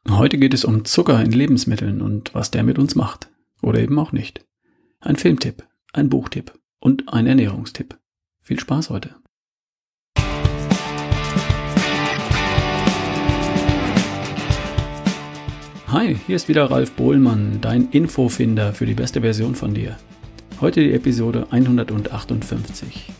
Heute geht es um Zucker in Lebensmitteln und was der mit uns macht. Oder eben auch nicht. Ein Filmtipp, ein Buchtipp und ein Ernährungstipp. Viel Spaß heute. Hi, hier ist wieder Ralf Bohlmann, dein Infofinder für die beste Version von dir. Heute die Episode 158.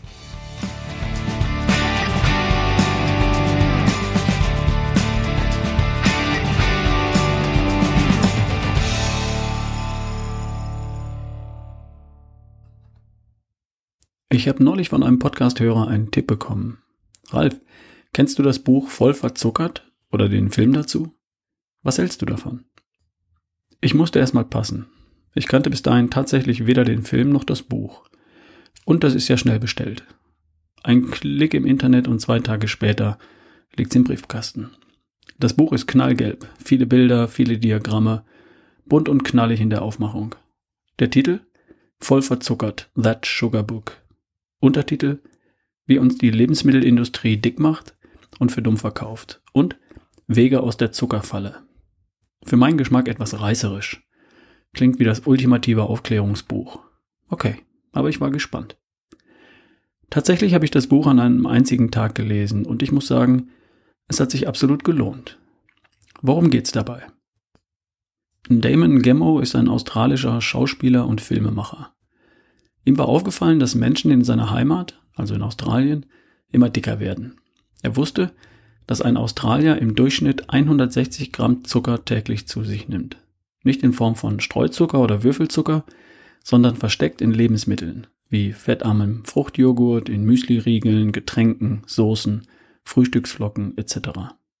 Ich habe neulich von einem Podcast-Hörer einen Tipp bekommen. Ralf, kennst du das Buch Voll verzuckert oder den Film dazu? Was hältst du davon? Ich musste erstmal passen. Ich kannte bis dahin tatsächlich weder den Film noch das Buch. Und das ist ja schnell bestellt. Ein Klick im Internet und 2 Tage später liegt's im Briefkasten. Das Buch ist knallgelb, viele Bilder, viele Diagramme, bunt und knallig in der Aufmachung. Der Titel? Voll verzuckert, That Sugar Book. Untertitel, wie uns die Lebensmittelindustrie dick macht und für dumm verkauft. Und Wege aus der Zuckerfalle. Für meinen Geschmack etwas reißerisch. Klingt wie das ultimative Aufklärungsbuch. Okay, aber ich war gespannt. Tatsächlich habe ich das Buch an einem einzigen Tag gelesen und ich muss sagen, es hat sich absolut gelohnt. Worum geht's dabei? Damon Gameau ist ein australischer Schauspieler und Filmemacher. Ihm war aufgefallen, dass Menschen in seiner Heimat, also in Australien, immer dicker werden. Er wusste, dass ein Australier im Durchschnitt 160 Gramm Zucker täglich zu sich nimmt. Nicht in Form von Streuzucker oder Würfelzucker, sondern versteckt in Lebensmitteln, wie fettarmem Fruchtjoghurt, in Müsliriegeln, Getränken, Soßen, Frühstücksflocken etc.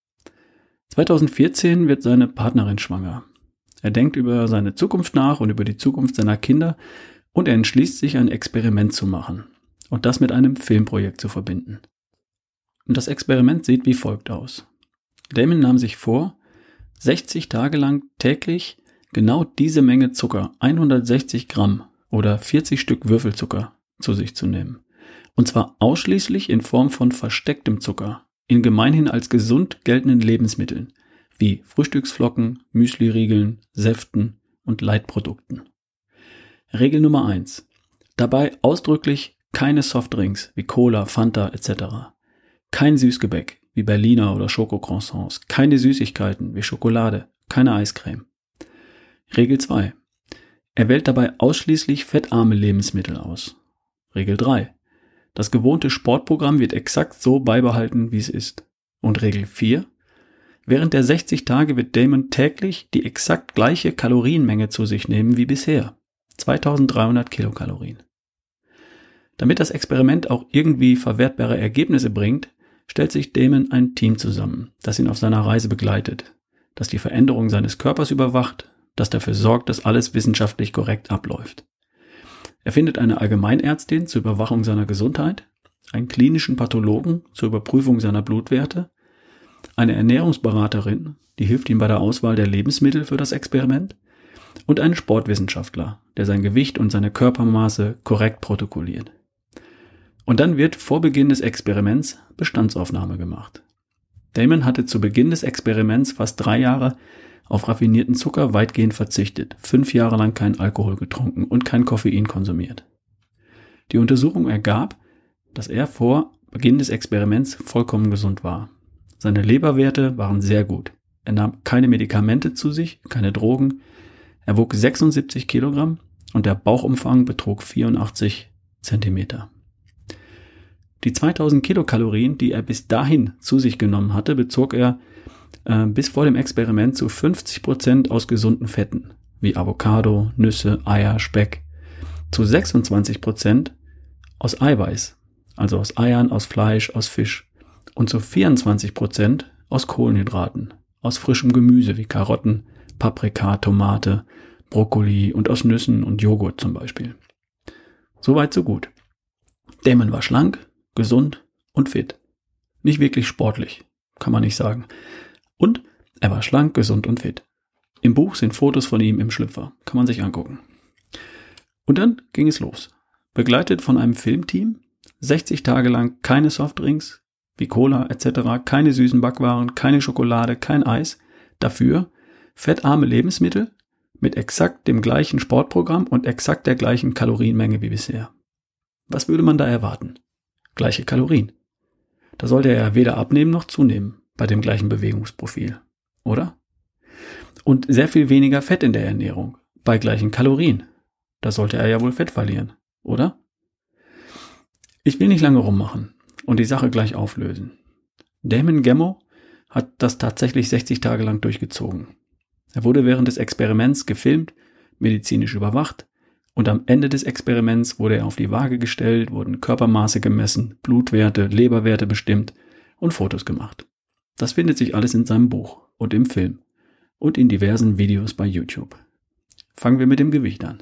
2014 wird seine Partnerin schwanger. Er denkt über seine Zukunft nach und über die Zukunft seiner Kinder und er entschließt sich, ein Experiment zu machen und das mit einem Filmprojekt zu verbinden. Und das Experiment sieht wie folgt aus. Damon nahm sich vor, 60 Tage lang täglich genau diese Menge Zucker, 160 Gramm oder 40 Stück Würfelzucker, zu sich zu nehmen. Und zwar ausschließlich in Form von verstecktem Zucker, in gemeinhin als gesund geltenden Lebensmitteln, wie Frühstücksflocken, Müsliriegeln, Säften und Leitprodukten. Regel Nummer 1. Dabei ausdrücklich keine Softdrinks wie Cola, Fanta etc. Kein Süßgebäck wie Berliner oder Schokocroissants, keine Süßigkeiten wie Schokolade, keine Eiscreme. Regel 2. Er wählt dabei ausschließlich fettarme Lebensmittel aus. Regel 3. Das gewohnte Sportprogramm wird exakt so beibehalten, wie es ist. Und Regel 4. Während der 60 Tage wird Damon täglich die exakt gleiche Kalorienmenge zu sich nehmen wie bisher. 2300 Kilokalorien. Damit das Experiment auch irgendwie verwertbare Ergebnisse bringt, stellt sich Damon ein Team zusammen, das ihn auf seiner Reise begleitet, das die Veränderung seines Körpers überwacht, das dafür sorgt, dass alles wissenschaftlich korrekt abläuft. Er findet eine Allgemeinärztin zur Überwachung seiner Gesundheit, einen klinischen Pathologen zur Überprüfung seiner Blutwerte, eine Ernährungsberaterin, die hilft ihm bei der Auswahl der Lebensmittel für das Experiment, und einen Sportwissenschaftler, der sein Gewicht und seine Körpermaße korrekt protokolliert. Und dann wird vor Beginn des Experiments Bestandsaufnahme gemacht. Damon hatte zu Beginn des Experiments fast 3 Jahre auf raffinierten Zucker weitgehend verzichtet, 5 Jahre lang kein Alkohol getrunken und kein Koffein konsumiert. Die Untersuchung ergab, dass er vor Beginn des Experiments vollkommen gesund war. Seine Leberwerte waren sehr gut. Er nahm keine Medikamente zu sich, keine Drogen. Er wog 76 Kilogramm und der Bauchumfang betrug 84 Zentimeter. Die 2000 Kilokalorien, die er bis dahin zu sich genommen hatte, bezog er bis vor dem Experiment zu 50% aus gesunden Fetten, wie Avocado, Nüsse, Eier, Speck, zu 26% aus Eiweiß, also aus Eiern, aus Fleisch, aus Fisch und zu 24% aus Kohlenhydraten, aus frischem Gemüse wie Karotten, Paprika, Tomate, Brokkoli und aus Nüssen und Joghurt zum Beispiel. Soweit so gut. Damon war schlank, gesund und fit. Nicht wirklich sportlich, kann man nicht sagen. Und er war schlank, gesund und fit. Im Buch sind Fotos von ihm im Schlüpfer, kann man sich angucken. Und dann ging es los. Begleitet von einem Filmteam, 60 Tage lang keine Softdrinks wie Cola etc., keine süßen Backwaren, keine Schokolade, kein Eis. Dafür fettarme Lebensmittel mit exakt dem gleichen Sportprogramm und exakt der gleichen Kalorienmenge wie bisher. Was würde man da erwarten? Gleiche Kalorien. Da sollte er ja weder abnehmen noch zunehmen bei dem gleichen Bewegungsprofil, oder? Und sehr viel weniger Fett in der Ernährung bei gleichen Kalorien. Da sollte er ja wohl Fett verlieren, oder? Ich will nicht lange rummachen und die Sache gleich auflösen. Damon Gemmo hat das tatsächlich 60 Tage lang durchgezogen. Er wurde während des Experiments gefilmt, medizinisch überwacht und am Ende des Experiments wurde er auf die Waage gestellt, wurden Körpermaße gemessen, Blutwerte, Leberwerte bestimmt und Fotos gemacht. Das findet sich alles in seinem Buch und im Film und in diversen Videos bei YouTube. Fangen wir mit dem Gewicht an.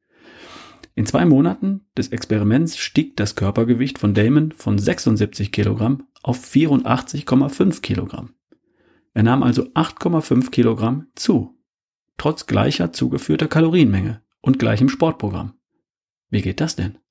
In 2 Monaten des Experiments stieg das Körpergewicht von Damon von 76 Kilogramm auf 84,5 Kilogramm. Er nahm also 8,5 Kilogramm zu, trotz gleicher zugeführter Kalorienmenge und gleichem Sportprogramm. Wie geht das denn?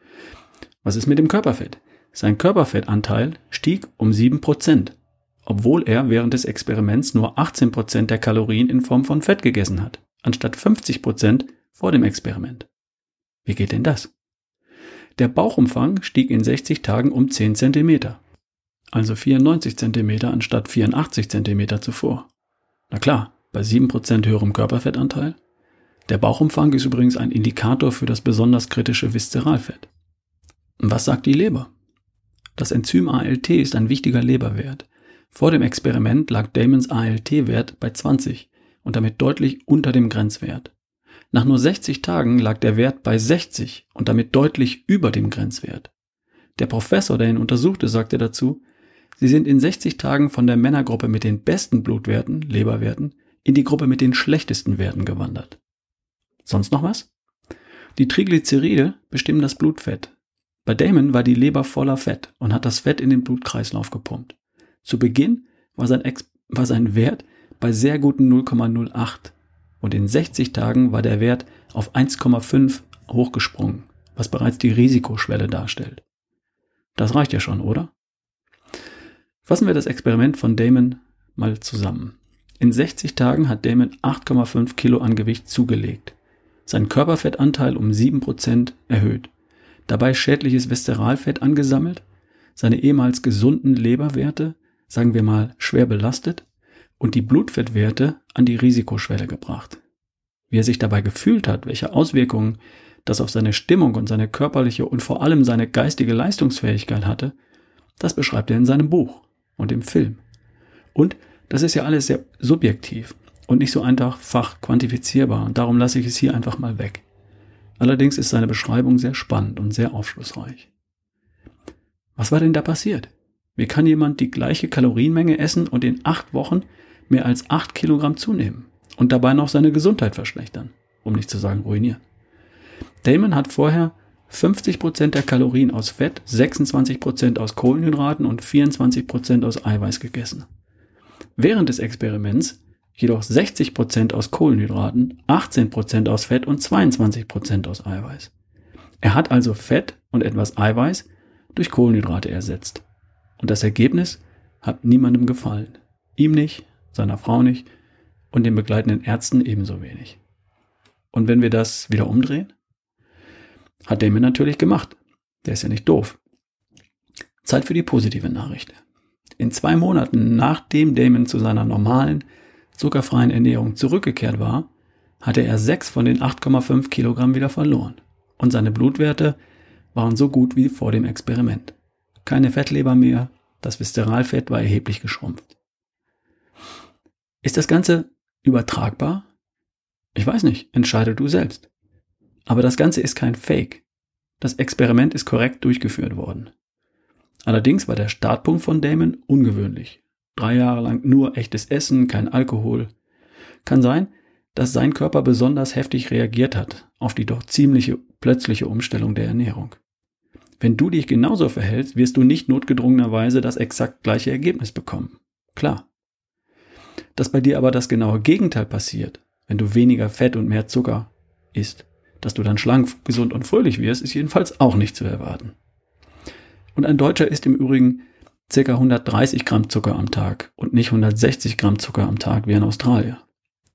Was ist mit dem Körperfett? Sein Körperfettanteil stieg um 7%, obwohl er während des Experiments nur 18% der Kalorien in Form von Fett gegessen hat, anstatt 50% vor dem Experiment. Wie geht denn das? Der Bauchumfang stieg in 60 Tagen um 10 cm, also 94 cm anstatt 84 cm zuvor. Na klar, bei 7% höherem Körperfettanteil. Der Bauchumfang ist übrigens ein Indikator für das besonders kritische Viszeralfett. Und was sagt die Leber? Das Enzym ALT ist ein wichtiger Leberwert. Vor dem Experiment lag Damons ALT-Wert bei 20 und damit deutlich unter dem Grenzwert. Nach nur 60 Tagen lag der Wert bei 60 und damit deutlich über dem Grenzwert. Der Professor, der ihn untersuchte, sagte dazu, sie sind in 60 Tagen von der Männergruppe mit den besten Blutwerten, Leberwerten, in die Gruppe mit den schlechtesten Werten gewandert. Sonst noch was? Die Triglyceride bestimmen das Blutfett. Bei Damon war die Leber voller Fett und hat das Fett in den Blutkreislauf gepumpt. Zu Beginn war sein Wert bei sehr guten 0,08 und in 60 Tagen war der Wert auf 1,5 hochgesprungen, was bereits die Risikoschwelle darstellt. Das reicht ja schon, oder? Fassen wir das Experiment von Damon mal zusammen. In 60 Tagen hat Damon 8,5 Kilo an Gewicht zugelegt, seinen Körperfettanteil um 7% erhöht, dabei schädliches Viszeralfett angesammelt, seine ehemals gesunden Leberwerte, sagen wir mal, schwer belastet und die Blutfettwerte an die Risikoschwelle gebracht. Wie er sich dabei gefühlt hat, welche Auswirkungen das auf seine Stimmung und seine körperliche und vor allem seine geistige Leistungsfähigkeit hatte, das beschreibt er in seinem Buch und im Film. Und das ist ja alles sehr subjektiv und nicht so einfach quantifizierbar und darum lasse ich es hier einfach mal weg. Allerdings ist seine Beschreibung sehr spannend und sehr aufschlussreich. Was war denn da passiert? Wie kann jemand die gleiche Kalorienmenge essen und in 8 Wochen mehr als 8 Kilogramm zunehmen und dabei noch seine Gesundheit verschlechtern, um nicht zu sagen ruinieren? Damon hat vorher 50% der Kalorien aus Fett, 26% aus Kohlenhydraten und 24% aus Eiweiß gegessen. Während des Experiments jedoch 60% aus Kohlenhydraten, 18% aus Fett und 22% aus Eiweiß. Er hat also Fett und etwas Eiweiß durch Kohlenhydrate ersetzt. Und das Ergebnis hat niemandem gefallen. Ihm nicht, seiner Frau nicht und den begleitenden Ärzten ebenso wenig. Und wenn wir das wieder umdrehen? Hat Damon natürlich gemacht. Der ist ja nicht doof. Zeit für die positive Nachricht. In 2 Monaten, nachdem Damon zu seiner normalen, zuckerfreien Ernährung zurückgekehrt war, hatte er 6 von den 8,5 Kilogramm wieder verloren. Und seine Blutwerte waren so gut wie vor dem Experiment. Keine Fettleber mehr, das Viszeralfett war erheblich geschrumpft. Ist das Ganze übertragbar? Ich weiß nicht, entscheide du selbst. Aber das Ganze ist kein Fake. Das Experiment ist korrekt durchgeführt worden. Allerdings war der Startpunkt von Damon ungewöhnlich. 3 Jahre lang nur echtes Essen, kein Alkohol. Kann sein, dass sein Körper besonders heftig reagiert hat auf die doch ziemliche plötzliche Umstellung der Ernährung. Wenn du dich genauso verhältst, wirst du nicht notgedrungenerweise das exakt gleiche Ergebnis bekommen. Klar. Dass bei dir aber das genaue Gegenteil passiert, wenn du weniger Fett und mehr Zucker isst, dass du dann schlank, gesund und fröhlich wirst, ist jedenfalls auch nicht zu erwarten. Und ein Deutscher isst im Übrigen ca. 130 Gramm Zucker am Tag und nicht 160 Gramm Zucker am Tag wie ein Australier.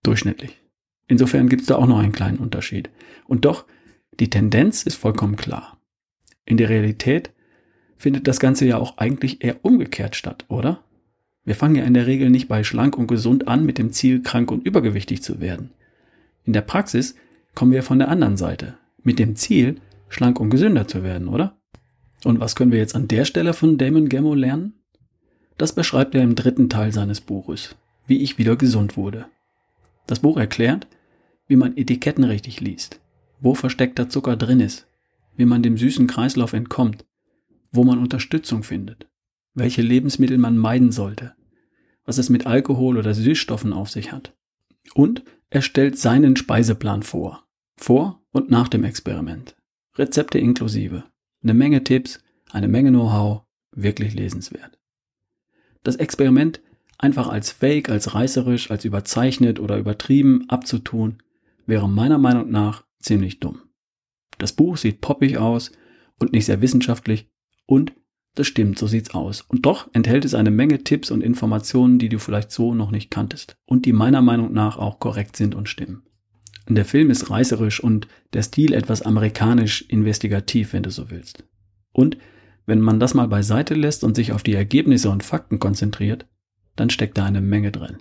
durchschnittlich. Insofern gibt es da auch noch einen kleinen Unterschied. Und doch, die Tendenz ist vollkommen klar. In der Realität findet das Ganze ja auch eigentlich eher umgekehrt statt, oder? Wir fangen ja in der Regel nicht bei schlank und gesund an mit dem Ziel, krank und übergewichtig zu werden. In der Praxis kommen wir von der anderen Seite, mit dem Ziel, schlank und gesünder zu werden, oder? Und was können wir jetzt an der Stelle von Damon Gemmo lernen? Das beschreibt er im 3. Teil seines Buches, Wie ich wieder gesund wurde. Das Buch erklärt, wie man Etiketten richtig liest, wo versteckter Zucker drin ist, wie man dem süßen Kreislauf entkommt, wo man Unterstützung findet, welche Lebensmittel man meiden sollte, was es mit Alkohol oder Süßstoffen auf sich hat. Und er stellt seinen Speiseplan vor und nach dem Experiment. Rezepte inklusive, eine Menge Tipps, eine Menge Know-how, wirklich lesenswert. Das Experiment einfach als fake, als reißerisch, als überzeichnet oder übertrieben abzutun, wäre meiner Meinung nach ziemlich dumm. Das Buch sieht poppig aus und nicht sehr wissenschaftlich und das stimmt, so sieht's aus. Und doch enthält es eine Menge Tipps und Informationen, die du vielleicht so noch nicht kanntest und die meiner Meinung nach auch korrekt sind und stimmen. Und der Film ist reißerisch und der Stil etwas amerikanisch investigativ, wenn du so willst. Und wenn man das mal beiseite lässt und sich auf die Ergebnisse und Fakten konzentriert, dann steckt da eine Menge drin.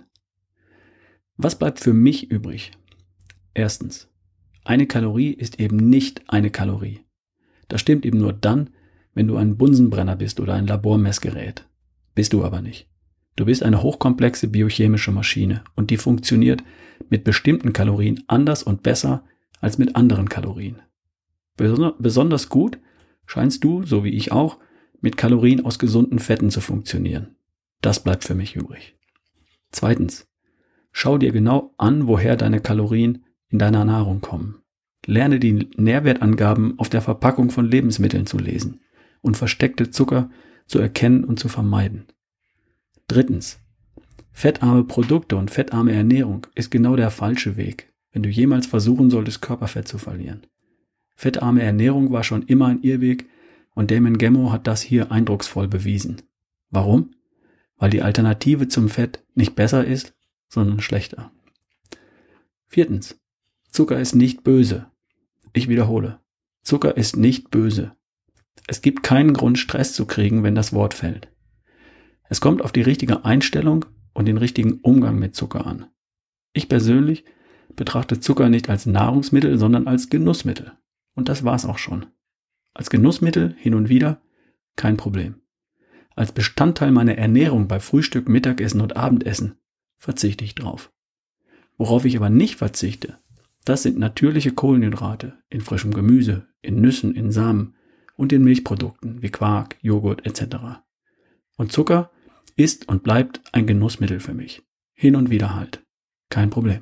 Was bleibt für mich übrig? Erstens, eine Kalorie ist eben nicht eine Kalorie. Das stimmt eben nur dann, wenn du ein Bunsenbrenner bist oder ein Labormessgerät. Bist du aber nicht. Du bist eine hochkomplexe biochemische Maschine und die funktioniert mit bestimmten Kalorien anders und besser als mit anderen Kalorien. Besonders gut scheinst du, so wie ich auch, mit Kalorien aus gesunden Fetten zu funktionieren. Das bleibt für mich übrig. Zweitens, schau dir genau an, woher deine Kalorien in deiner Nahrung kommen. Lerne die Nährwertangaben auf der Verpackung von Lebensmitteln zu lesen und versteckte Zucker zu erkennen und zu vermeiden. Drittens, fettarme Produkte und fettarme Ernährung ist genau der falsche Weg, wenn du jemals versuchen solltest, Körperfett zu verlieren. Fettarme Ernährung war schon immer ein Irrweg und Damon Gemmo hat das hier eindrucksvoll bewiesen. Warum? Weil die Alternative zum Fett nicht besser ist, sondern schlechter. Viertens, Zucker ist nicht böse. Ich wiederhole, Zucker ist nicht böse. Es gibt keinen Grund, Stress zu kriegen, wenn das Wort fällt. Es kommt auf die richtige Einstellung und den richtigen Umgang mit Zucker an. Ich persönlich betrachte Zucker nicht als Nahrungsmittel, sondern als Genussmittel. Und das war's auch schon. Als Genussmittel hin und wieder kein Problem. Als Bestandteil meiner Ernährung bei Frühstück, Mittagessen und Abendessen verzichte ich drauf. Worauf ich aber nicht verzichte, das sind natürliche Kohlenhydrate in frischem Gemüse, in Nüssen, in Samen und in Milchprodukten wie Quark, Joghurt etc. Und Zucker ist und bleibt ein Genussmittel für mich. Hin und wieder halt. Kein Problem.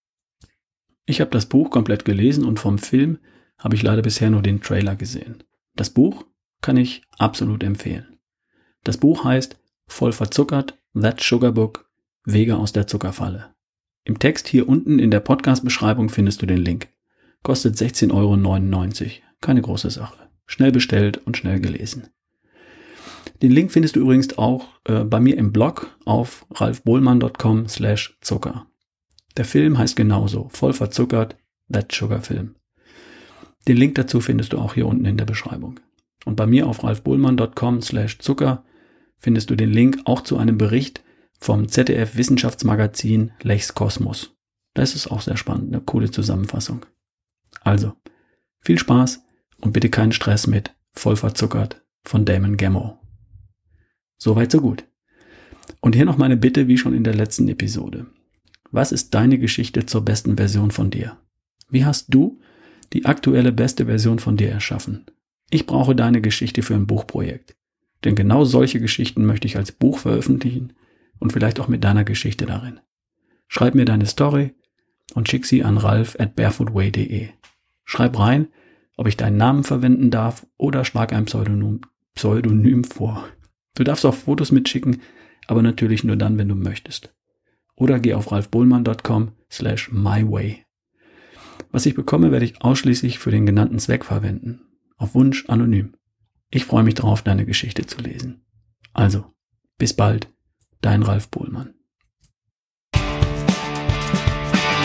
Ich habe das Buch komplett gelesen und vom Film habe ich leider bisher nur den Trailer gesehen. Das Buch kann ich absolut empfehlen. Das Buch heißt Voll verzuckert, That Sugar Book, Wege aus der Zuckerfalle. Im Text hier unten in der Podcast-Beschreibung findest du den Link. Kostet 16,99 €. Keine große Sache. Schnell bestellt und schnell gelesen. Den Link findest du übrigens auch bei mir im Blog auf ralfbohlmann.com/Zucker. Der Film heißt genauso, Voll verzuckert, That Sugar Film. Den Link dazu findest du auch hier unten in der Beschreibung. Und bei mir auf ralfbohlmann.com/Zucker findest du den Link auch zu einem Bericht vom ZDF-Wissenschaftsmagazin Lechs Kosmos. Das ist auch sehr spannend, eine coole Zusammenfassung. Also, viel Spaß und bitte keinen Stress mit Voll verzuckert von Damon Gemmo. Soweit so gut. Und hier noch meine Bitte, wie schon in der letzten Episode. Was ist deine Geschichte zur besten Version von dir? Wie hast du die aktuelle beste Version von dir erschaffen? Ich brauche deine Geschichte für ein Buchprojekt. Denn genau solche Geschichten möchte ich als Buch veröffentlichen und vielleicht auch mit deiner Geschichte darin. Schreib mir deine Story und schick sie an ralf@barefootway.de. Schreib rein, ob ich deinen Namen verwenden darf oder schlag ein Pseudonym vor. Du darfst auch Fotos mitschicken, aber natürlich nur dann, wenn du möchtest. Oder geh auf ralfbohlmann.com/myway. Was ich bekomme, werde ich ausschließlich für den genannten Zweck verwenden. Auf Wunsch anonym. Ich freue mich darauf, deine Geschichte zu lesen. Also, bis bald, dein Ralf Bohlmann.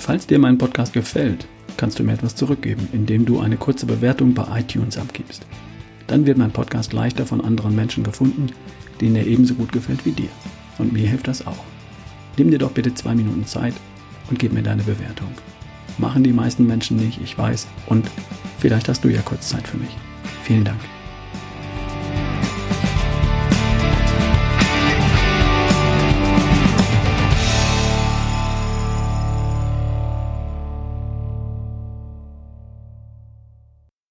Falls dir mein Podcast gefällt, kannst du mir etwas zurückgeben, indem du eine kurze Bewertung bei iTunes abgibst. Dann wird mein Podcast leichter von anderen Menschen gefunden, denen er ebenso gut gefällt wie dir. Und mir hilft das auch. Nimm dir doch bitte 2 Minuten Zeit und gib mir deine Bewertung. Machen die meisten Menschen nicht, ich weiß. Und vielleicht hast du ja kurz Zeit für mich. Vielen Dank.